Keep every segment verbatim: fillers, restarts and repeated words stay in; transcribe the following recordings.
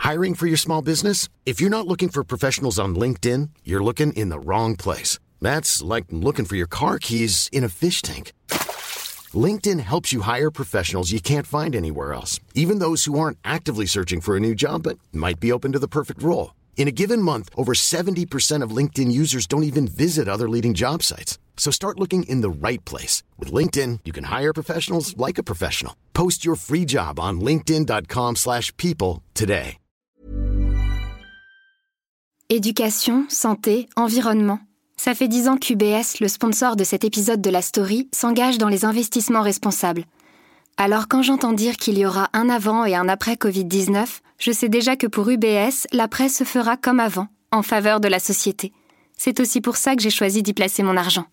Hiring for your small business? If you're not looking for professionals on LinkedIn, you're looking in the wrong place. That's like looking for your car keys in a fish tank. LinkedIn helps you hire professionals you can't find anywhere else, even those who aren't actively searching for a new job but might be open to the perfect role. In a given month, over seventy percent of LinkedIn users don't even visit other leading job sites. So start looking in the right place. With LinkedIn, you can hire professionals like a professional. Post your free job on linkedin.com slash people today. Éducation, santé, environnement. Ça fait dix ans qu'U B S, le sponsor de cet épisode de la story, s'engage dans les investissements responsables. Alors quand j'entends dire qu'il y aura un avant et un après covid dix-neuf, je sais déjà que pour U B S, l'après se fera comme avant, en faveur de la société. C'est aussi pour ça que j'ai choisi d'y placer mon argent.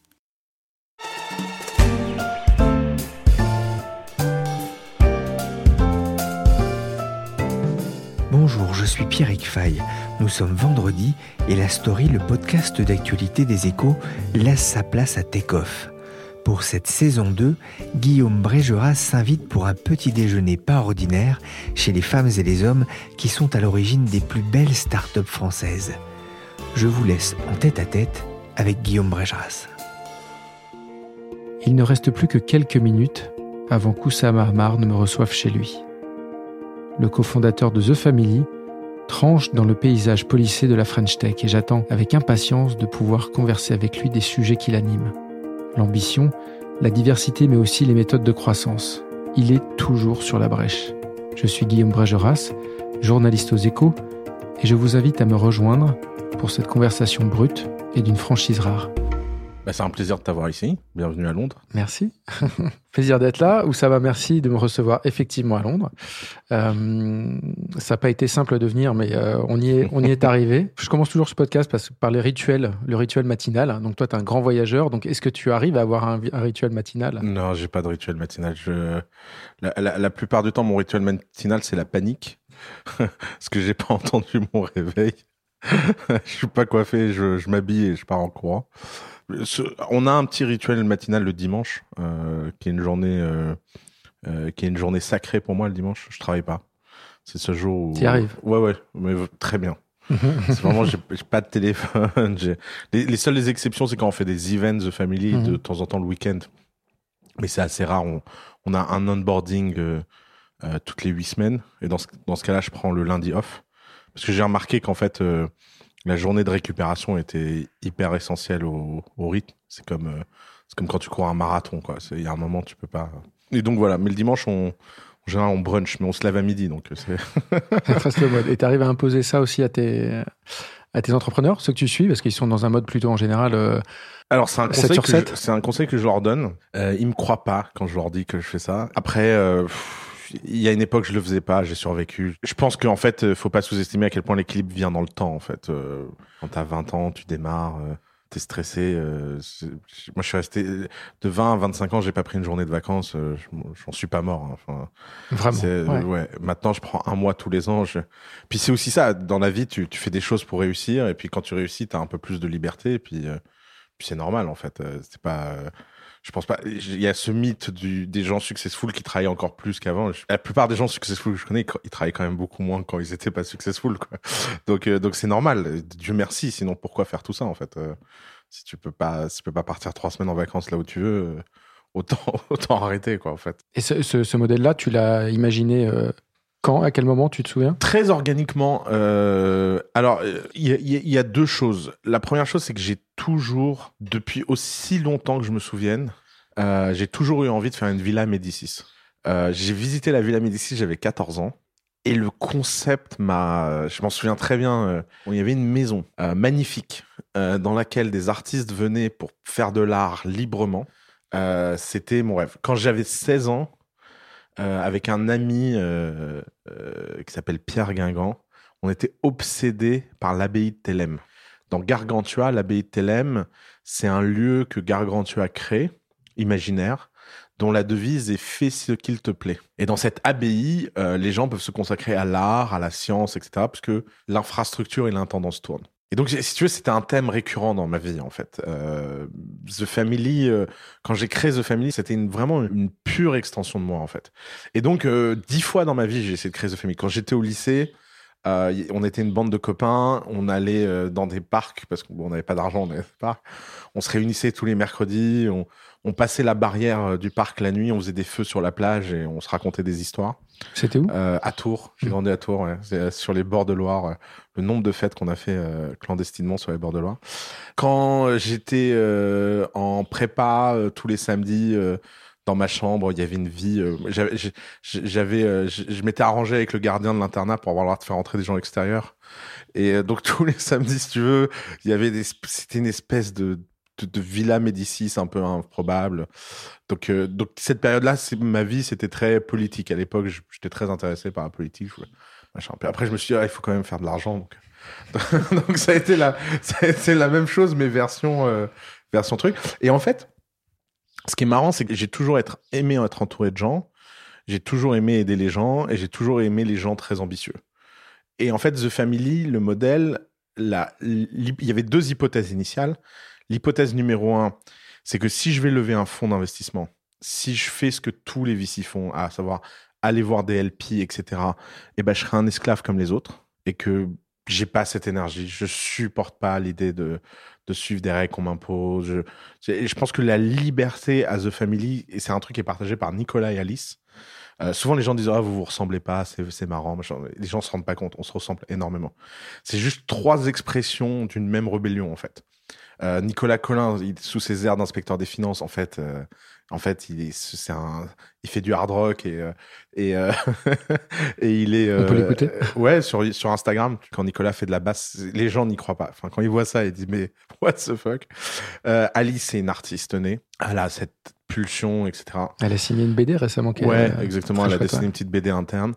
Bonjour, je suis Pierrick Fay. Nous sommes vendredi et la story, le podcast d'actualité des Échos, laisse sa place à Take-Off. Pour cette saison deux, Guillaume Brégeras s'invite pour un petit déjeuner pas ordinaire chez les femmes et les hommes qui sont à l'origine des plus belles start-up françaises. Je vous laisse en tête-à-tête avec Guillaume Brégeras. Il ne reste plus que quelques minutes avant qu'Oussama Ammar ne me reçoive chez lui. Le cofondateur de The Family tranche dans le paysage policé de la French Tech et j'attends avec impatience de pouvoir converser avec lui des sujets qui l'animent. L'ambition, la diversité mais aussi les méthodes de croissance. Il est toujours sur la brèche. Je suis Guillaume Brégeras, journaliste aux Échos et je vous invite à me rejoindre pour cette conversation brute et d'une franchise rare. Bah, c'est un plaisir de t'avoir ici. Bienvenue à Londres. Merci. Plaisir d'être là. Oussama, merci de me recevoir effectivement à Londres. Euh, ça n'a pas été simple de venir, mais euh, on, y est, on y est arrivé. Je commence toujours ce podcast parce, par les rituels, le rituel matinal. Donc toi, tu es un grand voyageur. Donc est-ce que tu arrives à avoir un, un rituel matinal ? Non, j'ai pas de rituel matinal. Je... La, la, la plupart du temps, mon rituel matinal, c'est la panique. Parce que j'ai pas entendu mon réveil. Je suis pas coiffé, je, je m'habille et je pars en courant. Ce, on a un petit rituel matinal le dimanche, euh, qui est une journée, euh, euh, qui est une journée sacrée pour moi le dimanche. Je travaille pas. C'est ce jour où. T'y arrives. Ouais, ouais, mais très bien. C'est vraiment, j'ai, j'ai pas de téléphone. J'ai... Les, les seules exceptions, c'est quand on fait des events de family mm-hmm. de temps en temps le week-end. Mais c'est assez rare. On, on a un onboarding euh, euh, toutes les huit semaines. Et dans ce, dans ce cas-là, je prends le lundi off. Parce que j'ai remarqué qu'en fait, euh, la journée de récupération était hyper essentielle au, au rythme. C'est comme, euh, c'est comme quand tu cours un marathon, quoi. Il y a un moment, tu peux pas. Et donc voilà. Mais le dimanche, on, en général, on brunch, mais on se lève à midi, donc c'est. Reste le mode. Et tu arrives à imposer ça aussi à tes, à tes entrepreneurs, ceux que tu suis, parce qu'ils sont dans un mode plutôt en général. Euh, Alors c'est un conseil sept sur que sept. Je, c'est un conseil que je leur donne. Euh, ils me croient pas quand je leur dis que je fais ça. Après. Euh, Il y a une époque, je le faisais pas, j'ai survécu. Je pense qu'en fait, faut pas sous-estimer à quel point l'équilibre vient dans le temps, en fait. Euh, quand t'as vingt ans, tu démarres, euh, t'es stressé. Euh, moi, je suis resté de vingt à vingt-cinq ans, j'ai pas pris une journée de vacances. Euh, j'en suis pas mort. Hein. Enfin, Vraiment. C'est, ouais. ouais. Maintenant, je prends un mois tous les ans. Je... Puis c'est aussi ça, dans la vie, tu, tu fais des choses pour réussir, et puis quand tu réussis, t'as un peu plus de liberté, et puis, euh, puis c'est normal, en fait. Euh, c'est pas. Euh... Je pense pas. Il y a ce mythe du, des gens successful qui travaillent encore plus qu'avant. La plupart des gens successful que je connais, ils travaillent quand même beaucoup moins quand ils étaient pas successful, quoi. Donc, euh, donc c'est normal. Dieu merci. Sinon, pourquoi faire tout ça, en fait? Euh, si tu peux pas, si tu peux pas partir trois semaines en vacances là où tu veux, euh, autant, autant arrêter, quoi, en fait. Et ce, ce, ce modèle-là, tu l'as imaginé euh, quand? À quel moment, tu te souviens? Très organiquement. Euh, alors, il y, y, y a deux choses. La première chose, c'est que j'ai toujours, depuis aussi longtemps que je me souvienne, euh, j'ai toujours eu envie de faire une villa Médicis. Euh, j'ai visité la villa Médicis, j'avais quatorze ans. Et le concept m'a... Je m'en souviens très bien. Euh, il y avait une maison euh, magnifique euh, dans laquelle des artistes venaient pour faire de l'art librement. Euh, c'était mon rêve. Quand j'avais seize ans, euh, avec un ami euh, euh, qui s'appelle Pierre Guingamp, on était obsédés par l'abbaye de Thélème. Dans Gargantua, l'abbaye de Thélème, c'est un lieu que Gargantua crée, imaginaire, dont la devise est « fais ce qu'il te plaît ». Et dans cette abbaye, euh, les gens peuvent se consacrer à l'art, à la science, et cetera, parce que l'infrastructure et l'intendance tournent. Et donc, si tu veux, c'était un thème récurrent dans ma vie, en fait. Euh, The Family, euh, quand j'ai créé The Family, c'était une, vraiment une pure extension de moi, en fait. Et donc, euh, dix fois dans ma vie, j'ai essayé de créer The Family. Quand j'étais au lycée, Euh, on était une bande de copains, on allait euh, dans des parcs, parce qu'on n'avait pas d'argent, on allait dans des parcs. On se réunissait tous les mercredis, on, on passait la barrière du parc la nuit, on faisait des feux sur la plage et on se racontait des histoires. C'était où ? euh, À Tours, j'ai grandi à Tours, ouais. C'est sur les bords de Loire, euh, le nombre de fêtes qu'on a fait euh, clandestinement sur les bords de Loire. Quand j'étais euh, en prépa, euh, tous les samedis... Euh, dans ma chambre, il y avait une vie. Euh, j'avais, j'avais, euh, je m'étais arrangé avec le gardien de l'internat pour avoir le droit de faire entrer des gens extérieurs. Et euh, donc tous les samedis, si tu veux, il y avait des, c'était une espèce de, de, de villa Médicis un peu improbable. Donc, euh, donc cette période-là, c'est, ma vie, c'était très politique. À l'époque, j'étais très intéressé par la politique. Je, machin. Puis après, je me suis dit, ah, il faut quand même faire de l'argent. Donc, donc ça a été la, ça a été la même chose, mais version, euh, version truc. Et en fait. Ce qui est marrant, c'est que j'ai toujours être, aimé être entouré de gens, j'ai toujours aimé aider les gens, et j'ai toujours aimé les gens très ambitieux. Et en fait, The Family, le modèle, la, il y avait deux hypothèses initiales. L'hypothèse numéro un, c'est que si je vais lever un fonds d'investissement, si je fais ce que tous les V C font, à savoir aller voir des L P, et cetera, eh ben, je serai un esclave comme les autres, et que j'ai pas cette énergie. Je supporte pas l'idée de... de suivre des règles qu'on m'impose. Je, je, je pense que la liberté à The Family, et c'est un truc qui est partagé par Nicolas et Alice, euh, souvent les gens disent « Ah, vous vous ressemblez pas, c'est, c'est marrant. » Les gens se rendent pas compte, on se ressemble énormément. C'est juste trois expressions d'une même rébellion, en fait. Euh, Nicolas Collin, il, sous ses airs d'inspecteur des finances, en fait, euh, en fait, il est, c'est un, il fait du hard rock et euh, et euh, et il est. Euh, On peut l'écouter. euh, ouais, sur sur Instagram, quand Nicolas fait de la basse, les gens n'y croient pas. Enfin, quand ils voient ça, ils disent mais what the fuck. Euh, Alice, c'est une artiste née. Elle a cette pulsion, et cetera. Elle a signé une B D récemment. Ouais, est, exactement. Euh, Elle a dessiné ouais. une petite B D interne.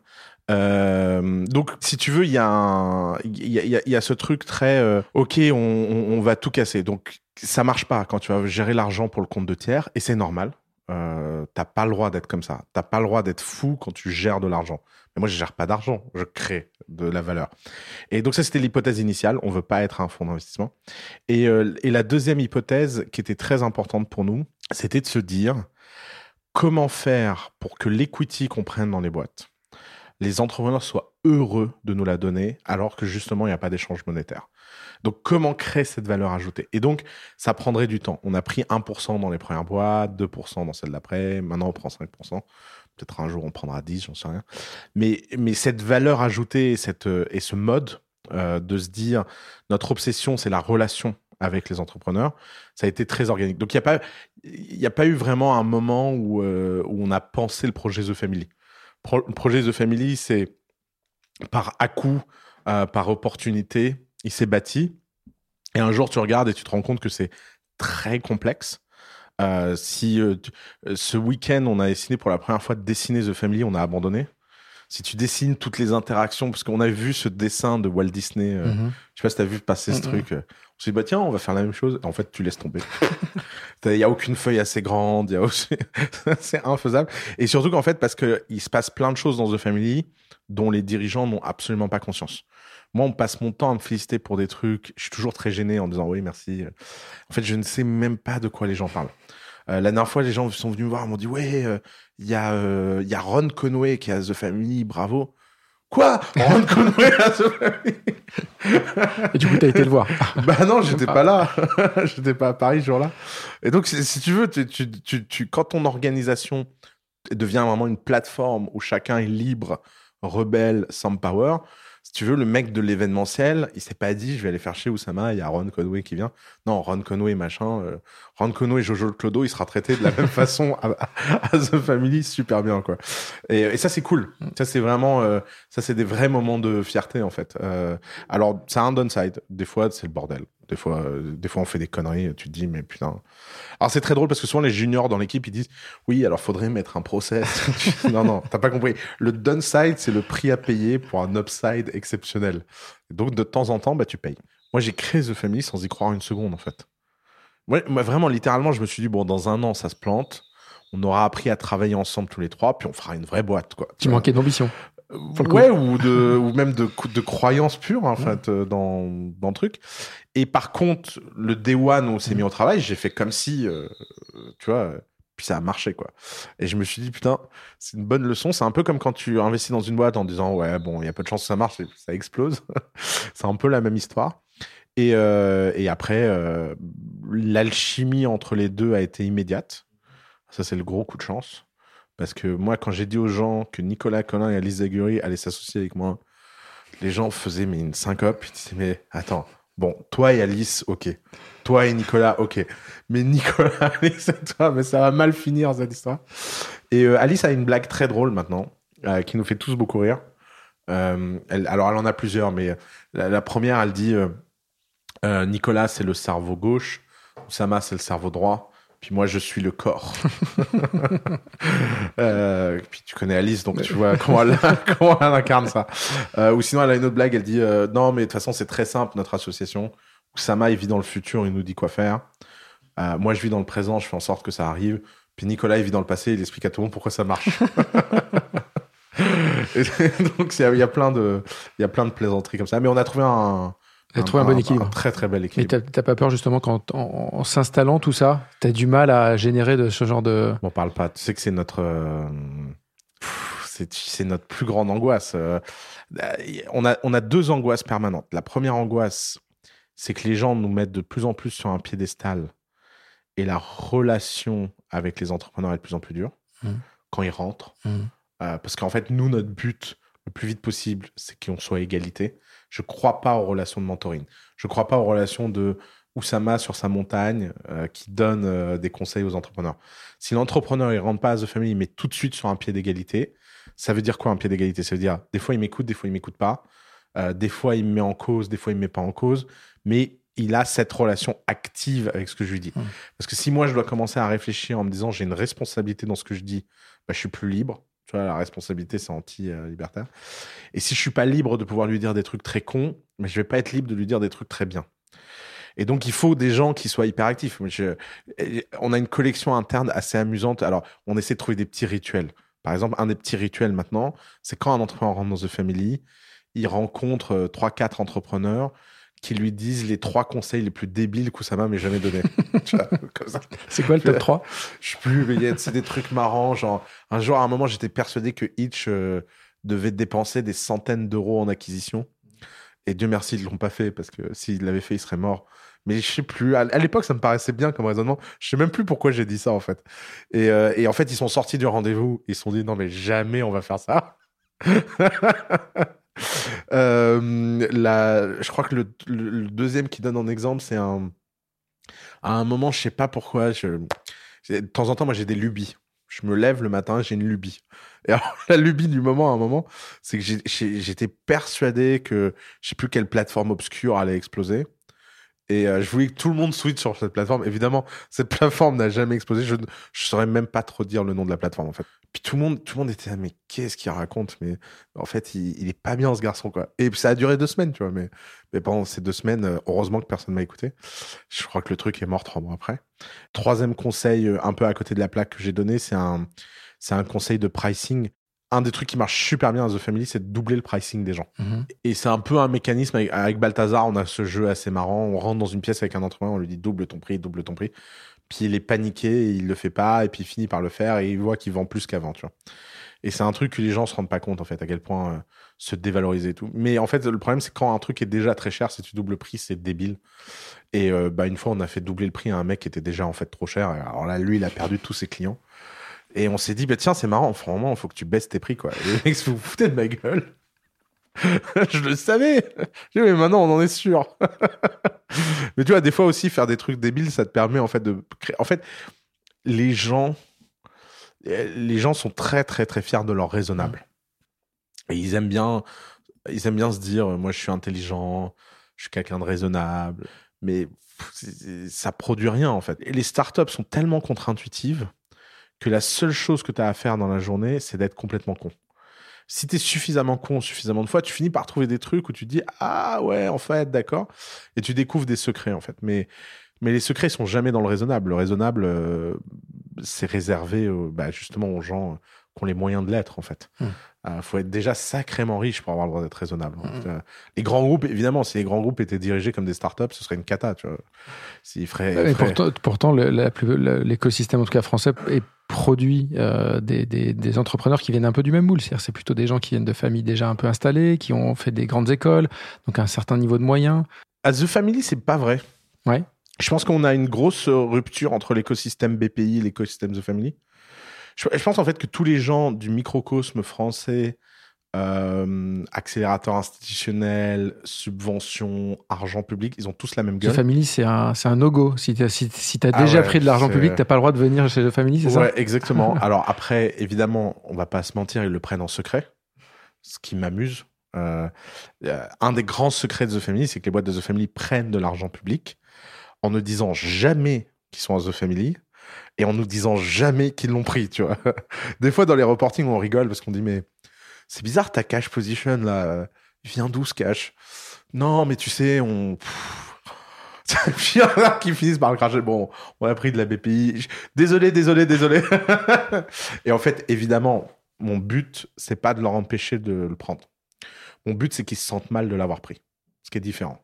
Euh, donc, si tu veux, il y a un, il y a, il y a, il y a ce truc très, euh, ok, on, on, on va tout casser. Donc, ça marche pas quand tu vas gérer l'argent pour le compte de tiers, et c'est normal. Euh, t'as pas le droit d'être comme ça. T'as pas le droit d'être fou quand tu gères de l'argent. Mais moi, je gère pas d'argent. Je crée de la valeur. Et donc, ça, c'était l'hypothèse initiale. On veut pas être un fonds d'investissement. Et, euh, et la deuxième hypothèse, qui était très importante pour nous, c'était de se dire comment faire pour que l'equity qu'on prenne dans les boîtes, les entrepreneurs soient heureux de nous la donner, alors que justement, il n'y a pas d'échange monétaire. Donc, comment créer cette valeur ajoutée ? Et donc, ça prendrait du temps. On a pris un pour cent dans les premières boîtes, deux pour cent dans celles d'après, maintenant on prend cinq pour cent. Peut-être un jour on prendra dix, j'en sais rien. Mais, mais cette valeur ajoutée et, cette, et ce mode euh, de se dire, notre obsession, c'est la relation avec les entrepreneurs, ça a été très organique. Donc, il n'y a pas, il n'y a pas eu vraiment un moment où, euh, où on a pensé le projet The Family. Pro, le projet The Family, c'est par à-coup, euh, par opportunité, il s'est bâti. Et un jour, tu regardes et tu te rends compte que c'est très complexe. Euh, si euh, tu, euh, ce week-end, on a essayé pour la première fois de dessiner The Family, on a abandonné. Si tu dessines toutes les interactions, parce qu'on a vu ce dessin de Walt Disney, euh, mm-hmm. je sais pas si tu as vu passer ce mm-hmm. truc. Euh, on s'est dit, bah tiens, on va faire la même chose. En fait, tu laisses tomber. Il n'y a aucune feuille assez grande. Y a aussi... c'est infaisable. Et surtout qu'en fait, parce qu'il se passe plein de choses dans The Family dont les dirigeants n'ont absolument pas conscience. Moi, on passe mon temps à me féliciter pour des trucs. Je suis toujours très gêné en disant oui, merci. En fait, je ne sais même pas de quoi les gens parlent. Euh, la dernière fois, les gens sont venus me voir, ils m'ont dit ouais, il euh, y a euh, il y a Ron Conway qui est à The Family, bravo. Quoi ? Ron Conway à The Family ? Et du coup, t'as été le voir ? Bah non, j'étais pas là. J'étais pas à Paris ce jour-là. Et donc, si, si tu veux, tu, tu, tu, tu, quand ton organisation devient vraiment une plateforme où chacun est libre, rebelle, sans power. Si tu veux, le mec de l'événementiel, il s'est pas dit, je vais aller faire chez Oussama, il y a Ron Conway qui vient. Non, Ron Conway, machin. Euh, Ron Conway, Jojo le Clodo, il sera traité de la même façon à, à, à The Family, super bien, quoi. Et, et ça, c'est cool. Ça, c'est vraiment, euh, ça, c'est des vrais moments de fierté, en fait. Euh, alors, ça a un downside. Des fois, c'est le bordel. Des fois, euh, des fois, on fait des conneries. Tu te dis, mais putain. Alors, c'est très drôle parce que souvent, les juniors dans l'équipe, ils disent, oui, alors, faudrait mettre un process. Non, non, t'as pas compris. Le downside, c'est le prix à payer pour un upside exceptionnel. Et donc, de temps en temps, bah, tu payes. Moi, j'ai créé The Family sans y croire une seconde, en fait. Moi, moi, vraiment, littéralement, je me suis dit, bon, dans un an, ça se plante. On aura appris à travailler ensemble tous les trois, puis on fera une vraie boîte, quoi. Tu manquais d'ambition. Ouais, ou, de, ou même de, de croyance pure, en fait, mmh. dans, dans le truc. Et par contre, le day one où on s'est mmh. mis au travail, j'ai fait comme si, euh, tu vois, Puis ça a marché, quoi. Et je me suis dit, putain, c'est une bonne leçon. C'est un peu comme quand tu investis dans une boîte en disant, ouais, bon, il y a peu de chances que ça marche, et ça explose. C'est un peu la même histoire. Et, euh, et après, euh, l'alchimie entre les deux a été immédiate. Ça, c'est le gros coup de chance. Parce que moi, quand j'ai dit aux gens que Nicolas Collin et Alice Zaguri allaient s'associer avec moi, les gens faisaient mais une syncope. Ils disaient, mais attends, bon, toi et Alice, ok. Toi et Nicolas, ok. Mais Nicolas, Alice et toi, mais ça va mal finir, cette histoire. Et euh, Alice a une blague très drôle maintenant, euh, qui nous fait tous beaucoup rire. Euh, elle, alors, elle en a plusieurs, mais la, la première, elle dit euh, euh, Nicolas, c'est le cerveau gauche. Oussama, c'est le cerveau droit. Puis moi, je suis le corps. euh, puis tu connais Alice, donc tu vois comment elle, comment elle incarne ça. Euh, ou sinon, elle a une autre blague, elle dit euh, non, mais de toute façon, c'est très simple, notre association. Oussama, il vit dans le futur, il nous dit quoi faire. Euh, moi, je vis dans le présent, je fais en sorte que ça arrive. Puis Nicolas, il vit dans le passé, il explique à tout le monde pourquoi ça marche. Et donc, il y, y a plein de, il y a plein de plaisanteries comme ça. Mais on a trouvé un... Tu as trouvé un, un bon équilibre. Un très, très bel équilibre. Et tu n'as pas peur, justement, qu'en en, en s'installant, tout ça, tu as du mal à générer de ce genre de... On parle pas. Tu sais que c'est notre... Euh... C'est, c'est notre plus grande angoisse. Euh... On a, on a deux angoisses permanentes. La première angoisse, c'est que les gens nous mettent de plus en plus sur un piédestal et la relation avec les entrepreneurs est de plus en plus dure mmh. quand ils rentrent. Mmh. Euh, parce qu'en fait, nous, notre but, le plus vite possible, c'est qu'on soit à égalité. Je ne crois pas aux relations de mentoring. Je ne crois pas aux relations de Oussama sur sa montagne euh, qui donne euh, des conseils aux entrepreneurs. Si l'entrepreneur ne rentre pas à The Family, il met tout de suite sur un pied d'égalité. Ça veut dire quoi un pied d'égalité ? Ça veut dire des fois il m'écoute, des fois il ne m'écoute pas. Euh, des fois il me met en cause, des fois il ne me met pas en cause. Mais il a cette relation active avec ce que je lui dis. Mmh. Parce que si moi je dois commencer à réfléchir en me disant j'ai une responsabilité dans ce que je dis, bah, je suis plus libre. Tu vois, la responsabilité, c'est anti-libertaire. Et si je suis pas libre de pouvoir lui dire des trucs très cons, mais je vais pas être libre de lui dire des trucs très bien. Et donc, il faut des gens qui soient hyperactifs. Je, on a une collection interne assez amusante. Alors, on essaie de trouver des petits rituels. Par exemple, un des petits rituels maintenant, c'est quand un entrepreneur rentre dans The Family, il rencontre trois, quatre entrepreneurs qui lui disent les trois conseils les plus débiles qu'Oussama m'ait jamais donnés. Tu vois, comme ça. C'est quoi le top trois ? Je sais plus, mais il y a c'est des trucs marrants. Genre, un jour, à un moment, j'étais persuadé que Hitch euh, devait dépenser des centaines d'euros en acquisition. Et Dieu merci, ils ne l'ont pas fait, parce que s'ils l'avaient fait, il serait mort. Mais je sais plus. À, à l'époque, ça me paraissait bien comme raisonnement. Je sais même plus pourquoi j'ai dit ça, en fait. Et, euh, et en fait, ils sont sortis du rendez-vous. Ils se sont dit, non, mais jamais on va faire ça. euh, la, je crois que le, le, le deuxième qui donne en exemple, c'est un... À un moment, je sais pas pourquoi, je... de temps en temps, moi, j'ai des lubies. Je me lève le matin, j'ai une lubie. Et alors, la lubie du moment, à un moment, c'est que j'ai, j'ai, j'étais persuadé que je sais plus quelle plateforme obscure allait exploser. Et euh, je voulais que tout le monde switch sur cette plateforme. Évidemment, cette plateforme n'a jamais explosé. Je ne saurais même pas trop dire le nom de la plateforme, en fait. Puis tout le monde, tout le monde était là, mais qu'est-ce qu'il raconte ? Mais en fait, il, il est pas bien, ce garçon, quoi. Et ça a duré deux semaines, tu vois. Mais, mais pendant ces deux semaines, heureusement que personne m'a écouté. Je crois que le truc est mort trois mois après. Troisième conseil, un peu à côté de la plaque que j'ai donné, c'est un, c'est un conseil de pricing. Un des trucs qui marche super bien à The Family, c'est de doubler le pricing des gens. Mmh. Et c'est un peu un mécanisme. Avec, avec Balthazar, on a ce jeu assez marrant. On rentre dans une pièce avec un entrepreneur, on lui dit double ton prix, double ton prix. Puis il est paniqué, il le fait pas, et puis il finit par le faire, et il voit qu'il vend plus qu'avant, tu vois. Et c'est un truc que les gens se rendent pas compte, en fait, à quel point euh, se dévaloriser et tout. Mais en fait, le problème, c'est quand un truc est déjà très cher, si tu doubles le prix, c'est débile. Et euh, bah, une fois, on a fait doubler le prix à un mec qui était déjà, en fait, trop cher. Et alors là, lui, il a perdu tous ses clients. Et on s'est dit, bah, tiens, c'est marrant, franchement, il faut que tu baisses tes prix, quoi. Et les mecs, vous vous foutez de ma gueule. Je le savais. J'ai dit, mais maintenant, on en est sûr. Mais tu vois, des fois aussi, faire des trucs débiles, ça te permet, en fait, de créer. En fait, les gens, les gens sont très, très, très fiers de leur raisonnable. Et ils aiment bien, ils aiment bien se dire, moi, je suis intelligent, je suis quelqu'un de raisonnable. Mais ça produit rien, en fait. Et les startups sont tellement contre-intuitives que la seule chose que tu as à faire dans la journée, c'est d'être complètement con. Si tu es suffisamment con suffisamment de fois, tu finis par trouver des trucs où tu te dis « Ah ouais, en fait, d'accord ». Et tu découvres des secrets, en fait. Mais, mais les secrets, ils sont jamais dans le raisonnable. Le raisonnable, euh, c'est réservé euh, bah, justement aux gens qui ont les moyens de l'être, en fait. Il mmh. euh, faut être déjà sacrément riche pour avoir le droit d'être raisonnable. Mmh. Euh, les grands groupes, évidemment, si les grands groupes étaient dirigés comme des startups, ce serait une cata, tu vois. S'ils feraient, Mais feraient... pourtant, pourtant le, la plus, le, l'écosystème, en tout cas français, est produit euh, des, des, des entrepreneurs qui viennent un peu du même moule. C'est-à-dire, c'est plutôt des gens qui viennent de familles déjà un peu installées, qui ont fait des grandes écoles, donc un certain niveau de moyens. À The Family, c'est pas vrai. Ouais. Je pense qu'on a une grosse rupture entre l'écosystème B P I et l'écosystème The Family. Je, je pense en fait que tous les gens du microcosme français, euh, accélérateur institutionnel, subvention, argent public, ils ont tous la même gueule. The Family, c'est un, c'est un no-go. Si tu as si, si t'as ah déjà ouais, pris de l'argent c'est... public, tu n'as pas le droit de venir chez The Family, c'est ouais, ça ? Ouais, exactement. Alors après, évidemment, on va pas se mentir, ils le prennent en secret, ce qui m'amuse. Euh, un des grands secrets de The Family, c'est que les boîtes de The Family prennent de l'argent public en ne disant jamais qu'ils sont à The Family et en nous disant jamais qu'ils l'ont pris, tu vois. Des fois, dans les reportings, on rigole parce qu'on dit, mais c'est bizarre ta cash position, là. Il vient d'où, ce cash? Non, mais tu sais, on... Il y en a qui finissent par le cracher. Bon, on a pris de la B P I. Désolé, désolé, désolé. Et en fait, évidemment, mon but, c'est pas de leur empêcher de le prendre. Mon but, c'est qu'ils se sentent mal de l'avoir pris. Ce qui est différent.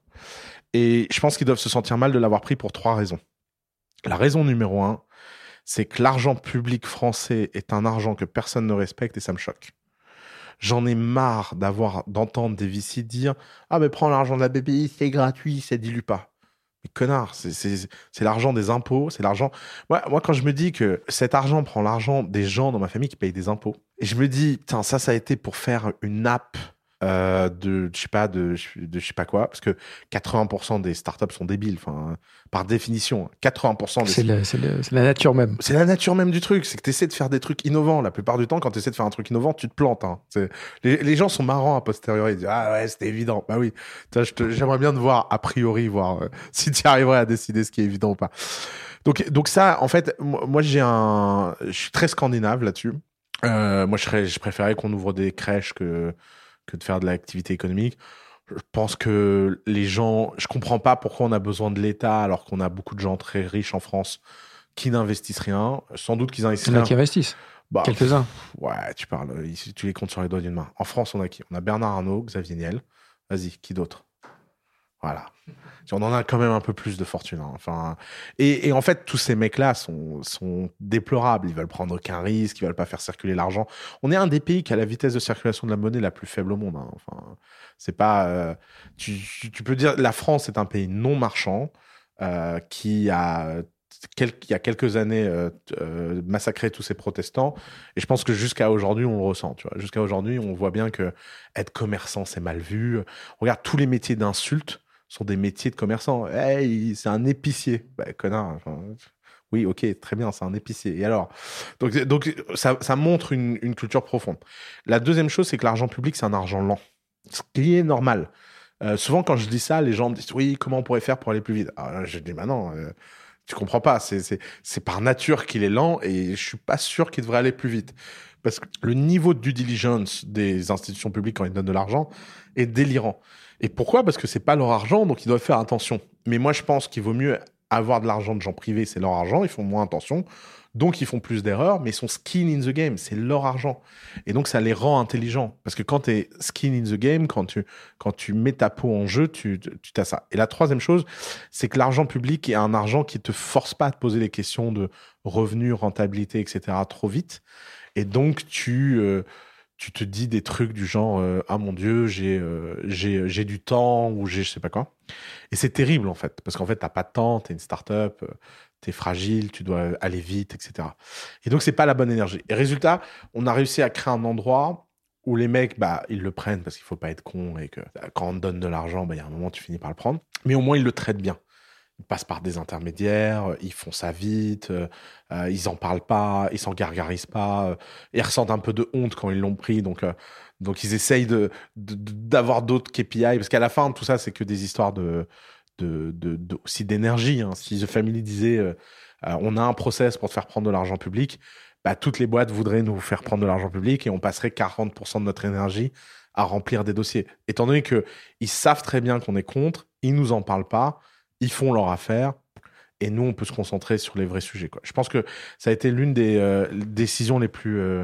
Et je pense qu'ils doivent se sentir mal de l'avoir pris pour trois raisons. La raison numéro un, c'est que l'argent public français est un argent que personne ne respecte et ça me choque. J'en ai marre d'avoir, d'entendre des V C dire « Ah, mais prends l'argent de la B P I, c'est gratuit, ça dilue pas. » Mais connard, c'est, c'est, c'est l'argent des impôts, c'est l'argent... Moi, moi, quand je me dis que cet argent prend l'argent des gens dans ma famille qui payent des impôts, et je me dis, putain, ça, ça a été pour faire une app euh, de, je sais pas, de, de je sais pas quoi, parce que quatre-vingts pour cent des startups sont débiles, enfin, par définition. quatre-vingts pour cent des... C'est, le, c'est, le, c'est la nature même. C'est la nature même du truc, c'est que tu essaies de faire des trucs innovants. La plupart du temps, quand tu essaies de faire un truc innovant, tu te plantes. Hein. C'est... Les, les gens sont marrants à posteriori, ils disent « Ah ouais, c'était évident. » Bah oui, je te... j'aimerais bien te voir a priori, voir euh, si tu arriverais à décider ce qui est évident ou pas. Donc, donc ça, en fait, moi, j'ai un... je suis très scandinave là-dessus. Euh, moi, je, serais, je préférais qu'on ouvre des crèches que, que de faire de l'activité économique. Je pense que les gens... Je comprends pas pourquoi on a besoin de l'État alors qu'on a beaucoup de gens très riches en France qui n'investissent rien. Sans doute qu'ils investissent Il y en a rien. qui investissent. Bah, Quelques-uns. Pff, ouais, tu parles. Tu les comptes sur les doigts d'une main. En France, on a qui? On a Bernard Arnault, Xavier Niel. Vas-y, qui d'autre? Voilà. On en a quand même un peu plus de fortune. Hein. Enfin, et, et en fait, tous ces mecs-là sont, sont déplorables. Ils veulent prendre aucun risque, ils veulent pas faire circuler l'argent. On est un des pays qui a la vitesse de circulation de la monnaie la plus faible au monde. Hein. Enfin, c'est pas. Euh, tu, tu peux dire, la France est un pays non marchand euh, qui a. Quel, il y a quelques années euh, euh, massacré tous ces protestants et je pense que jusqu'à aujourd'hui on le ressent, tu vois. Jusqu'à aujourd'hui on voit bien que être commerçant c'est mal vu. Regarde, tous les métiers d'insulte sont des métiers de commerçants. Hey, c'est un épicier. Bah, connard. Enfin, oui, ok, très bien, c'est un épicier. Et alors? Donc, donc ça, ça montre une, une culture profonde. La deuxième chose, c'est que l'argent public, c'est un argent lent. Ce qui est normal. Euh, souvent, quand je dis ça, les gens me disent, oui, comment on pourrait faire pour aller plus vite? Alors là, je dis, bah non, euh, tu comprends pas. C'est, c'est, c'est par nature qu'il est lent et je suis pas sûr qu'il devrait aller plus vite. Parce que le niveau de due diligence des institutions publiques quand ils donnent de l'argent est délirant. Et pourquoi? Parce que c'est pas leur argent, donc ils doivent faire attention. Mais moi, je pense qu'il vaut mieux avoir de l'argent de gens privés, c'est leur argent, ils font moins attention, donc ils font plus d'erreurs, mais ils sont skin in the game, c'est leur argent. Et donc, ça les rend intelligents. Parce que quand tu es skin in the game, quand tu, quand tu mets ta peau en jeu, tu, tu t'as ça. Et la troisième chose, c'est que l'argent public est un argent qui te force pas à te poser les questions de revenus, rentabilité, et cetera trop vite. Et donc, tu... Euh, tu te dis des trucs du genre euh, ah mon Dieu, j'ai euh, j'ai j'ai du temps ou j'ai je sais pas quoi. Et c'est terrible en fait parce qu'en fait t'as pas de temps, t'es une start-up, euh, t'es fragile, tu dois aller vite, et cetera. Et donc c'est pas la bonne énergie. Et résultat, on a réussi à créer un endroit où les mecs bah ils le prennent parce qu'il faut pas être con et que quand on te donne de l'argent, bah il y a un moment tu finis par le prendre. Mais au moins ils le traitent bien. Ils passent par des intermédiaires, ils font ça vite, euh, ils en parlent pas, ils s'en gargarisent pas, euh, ils ressentent un peu de honte quand ils l'ont pris, donc euh, donc ils essayent de, de d'avoir d'autres K P I parce qu'à la fin tout ça c'est que des histoires de de, de, de aussi d'énergie. Hein. Si The Family disait euh, euh, on a un process pour te faire prendre de l'argent public, bah toutes les boîtes voudraient nous faire prendre de l'argent public et on passerait quarante pour cent de notre énergie à remplir des dossiers. Étant donné que ils savent très bien qu'on est contre, ils nous en parlent pas. Ils font leur affaire et nous, on peut se concentrer sur les vrais sujets, quoi. Je pense que ça a été l'une des euh, décisions les plus, euh,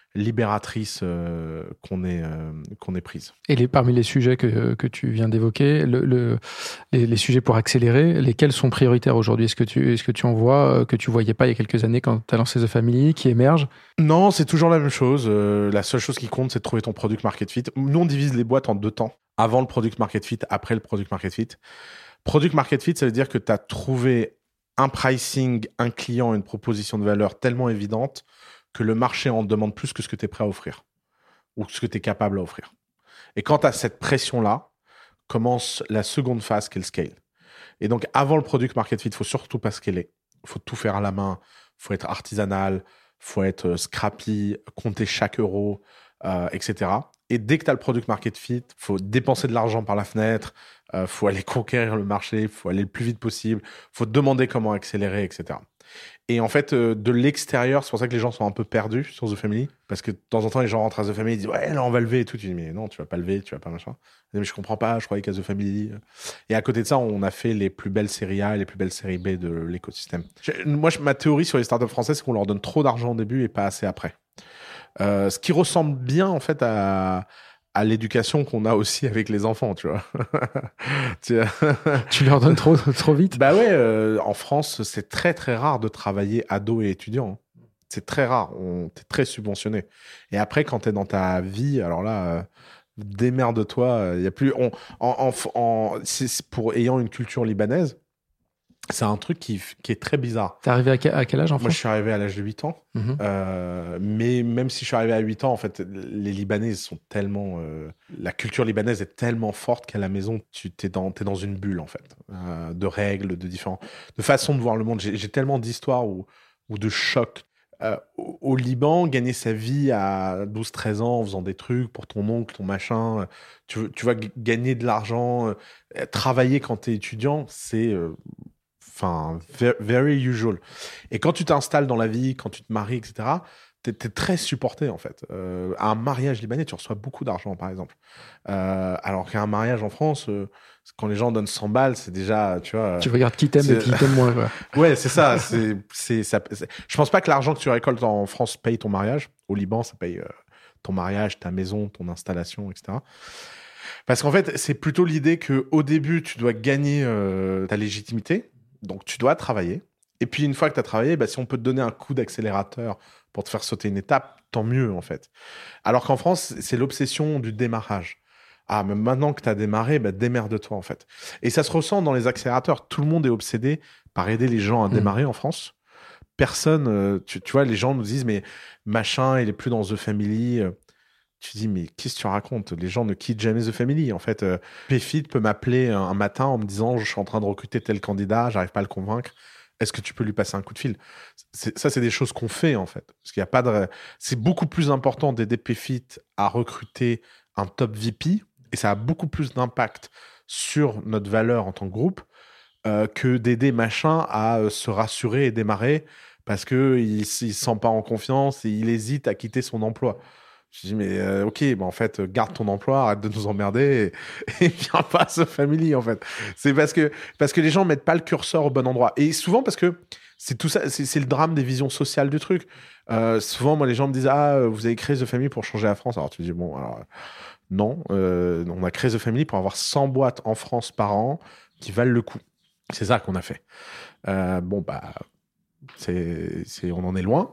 libératrice euh, qu'on ait, euh, qu'on ait prise. Et les, parmi les sujets que, que tu viens d'évoquer, le, le, les, les sujets pour accélérer, lesquels sont prioritaires aujourd'hui ? Est-ce que tu, est-ce que tu en vois que tu ne voyais pas il y a quelques années quand tu as lancé The Family, qui émergent ? Non, c'est toujours la même chose. Euh, la seule chose qui compte, c'est de trouver ton product market fit. Nous, on divise les boîtes en deux temps. Avant le product market fit, après le product market fit. Product market fit, ça veut dire que tu as trouvé un pricing, un client, une proposition de valeur tellement évidente que le marché en demande plus que ce que tu es prêt à offrir ou ce que tu es capable à offrir. Et quand tu as cette pression-là, commence la seconde phase qui est le scale. Et donc, avant le product market fit, il ne faut surtout pas scaler. Il faut tout faire à la main. Il faut être artisanal. Il faut être scrappy, compter chaque euro, euh, et cetera. Et dès que tu as le product market fit, il faut dépenser de l'argent par la fenêtre. Il euh, faut aller conquérir le marché. Il faut aller le plus vite possible. Il faut te demander comment accélérer, et cetera. Et en fait, euh, de l'extérieur, c'est pour ça que les gens sont un peu perdus sur The Family. Parce que de temps en temps, les gens rentrent à The Family et disent « Ouais, là, on va lever et tout. » Tu dis « Mais non, tu vas pas lever, tu vas pas machin. » Mais je comprends pas, je croyais qu'à The Family. Et à côté de ça, on a fait les plus belles séries A et les plus belles séries B de l'écosystème. Moi, ma théorie sur les startups françaises, c'est qu'on leur donne trop d'argent au début et pas assez après. Euh, ce qui ressemble bien, en fait, à... à l'éducation qu'on a aussi avec les enfants, tu vois. tu, tu leur donnes trop, trop vite ? Bah ouais, euh, en France, c'est très très rare de travailler ado et étudiant. C'est très rare, on, t'es très subventionné. Et après, quand t'es dans ta vie, alors là, euh, démerde-toi, il y a plus... On, en, en, en, c'est pour ayant une culture libanaise, c'est un truc qui, qui est très bizarre. T'es arrivé à quel, à quel âge en France ? Moi, je suis arrivé à l'âge de huit ans. Mm-hmm. Euh, mais même si je suis arrivé à huit ans, en fait, les Libanais sont tellement... Euh, la culture libanaise est tellement forte qu'à la maison, tu t'es dans, t'es dans une bulle, en fait. Euh, de règles, de différents... de façon de voir le monde. J'ai, j'ai tellement d'histoires ou, ou de chocs. Euh, au, au Liban, gagner sa vie à douze treize ans en faisant des trucs pour ton oncle, ton machin... Tu, tu vas g- gagner de l'argent. Euh, travailler quand t'es étudiant, c'est... Euh, Enfin, very usual. Et quand tu t'installes dans la vie, quand tu te maries, et cetera, t'es, t'es très supporté, en fait. Euh, à un mariage libanais, tu reçois beaucoup d'argent, par exemple. Euh, alors qu'à un mariage en France, euh, quand les gens donnent cent balles, c'est déjà, tu vois... Tu regardes qui t'aime et qui t'aime moins. Ouais, ouais c'est ça. C'est, c'est, ça c'est... Je pense pas que l'argent que tu récoltes en France paye ton mariage. Au Liban, ça paye euh, ton mariage, ta maison, ton installation, et cetera. Parce qu'en fait, c'est plutôt l'idée qu'au début, tu dois gagner euh, ta légitimité. Donc, tu dois travailler. Et puis, une fois que tu as travaillé, bah, si on peut te donner un coup d'accélérateur pour te faire sauter une étape, tant mieux, en fait. Alors qu'en France, c'est l'obsession du démarrage. Ah, mais maintenant que tu as démarré, bah, démerde-toi, en fait. Et ça se ressent dans les accélérateurs. Tout le monde est obsédé par aider les gens à démarrer mmh. en France. Personne, euh, tu, tu vois, les gens nous disent, mais machin, il est plus dans The Family. Tu dis, mais qu'est-ce que tu racontes ? Les gens ne quittent jamais The Family. En fait, euh, Payfit peut m'appeler un, un matin en me disant, je suis en train de recruter tel candidat, j'arrive pas à le convaincre. Est-ce que tu peux lui passer un coup de fil ? c'est, Ça, c'est des choses qu'on fait, en fait. Parce qu'il y a pas de... C'est beaucoup plus important d'aider Payfit à recruter un top V P, et ça a beaucoup plus d'impact sur notre valeur en tant que groupe euh, que d'aider machin à euh, se rassurer et démarrer parce qu'il ne se sent pas en confiance et il hésite à quitter son emploi. Je dis, mais euh, ok, bah en fait, garde ton emploi, arrête de nous emmerder et, et viens pas à The Family, en fait. C'est parce que, parce que les gens mettent pas le curseur au bon endroit. Et souvent, parce que c'est tout ça, c'est, c'est le drame des visions sociales du truc. Euh, souvent, moi, les gens me disent, ah, vous avez créé The Family pour changer la France. Alors, tu dis, bon, alors, non, euh, on a créé The Family pour avoir cent boîtes en France par an qui valent le coup. C'est ça qu'on a fait. Euh, bon, bah... C'est, c'est, on en est loin,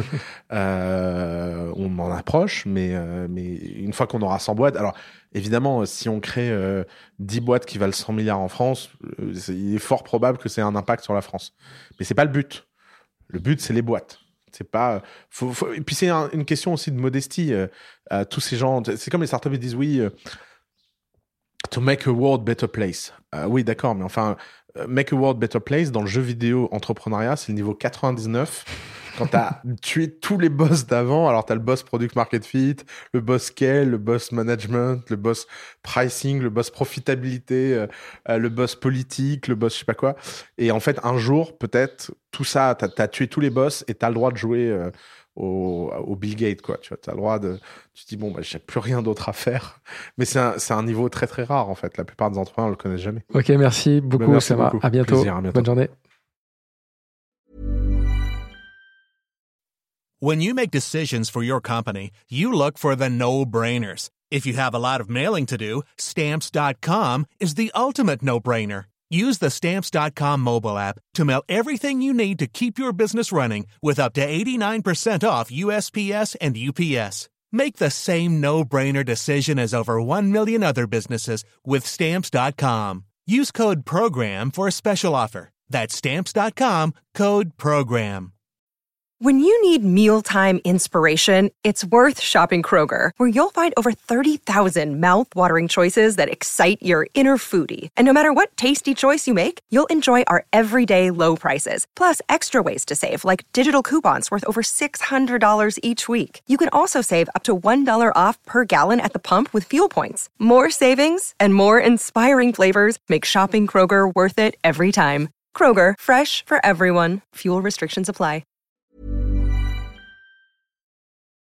euh, on en approche, mais, euh, mais une fois qu'on aura cent boîtes, alors évidemment, si on crée euh, dix boîtes qui valent cent milliards en France, euh, c'est, il est fort probable que c'est un impact sur la France. Mais c'est pas le but. Le but, c'est les boîtes. C'est pas, faut, faut, et puis c'est un, une question aussi de modestie. Euh, à tous ces gens, c'est comme les startups qui disent oui, euh, to make a world better place. Euh, oui, d'accord, mais enfin. Make a World Better Place, dans le jeu vidéo entrepreneuriat, c'est le niveau quatre-vingt-dix-neuf. Quand t'as tué tous les boss d'avant, alors t'as le boss Product Market Fit, le boss Scale, le boss Management, le boss Pricing, le boss Profitabilité, euh, le boss Politique, le boss je sais pas quoi. Et en fait, un jour, peut-être, tout ça, t'as, t'as tué tous les boss et t'as le droit de jouer euh, au, au Bill Gates, quoi. Tu vois, t'as le droit de... Tu te dis, bon, bah, j'ai plus rien d'autre à faire. Mais c'est un, c'est un niveau très, très rare, en fait. La plupart des entrepreneurs ne le connaissent jamais. Ok, merci beaucoup, bah, merci Sama. Beaucoup. À bientôt. Plaisir, à bientôt. Bonne journée. When you make decisions for your company, you look for the no-brainers. If you have a lot of mailing to do, Stamps dot com is the ultimate no-brainer. Use the Stamps dot com mobile app to mail everything you need to keep your business running with up to eighty-nine percent off U S P S and U P S. Make the same no-brainer decision as over one million other businesses with Stamps dot com. Use code PROGRAM for a special offer. That's Stamps dot com, code PROGRAM. When you need mealtime inspiration, it's worth shopping Kroger, where you'll find over thirty thousand mouth-watering choices that excite your inner foodie. And no matter what tasty choice you make, you'll enjoy our everyday low prices, plus extra ways to save, like digital coupons worth over six hundred dollars each week. You can also save up to one dollar off per gallon at the pump with fuel points. More savings and more inspiring flavors make shopping Kroger worth it every time. Kroger, fresh for everyone. Fuel restrictions apply.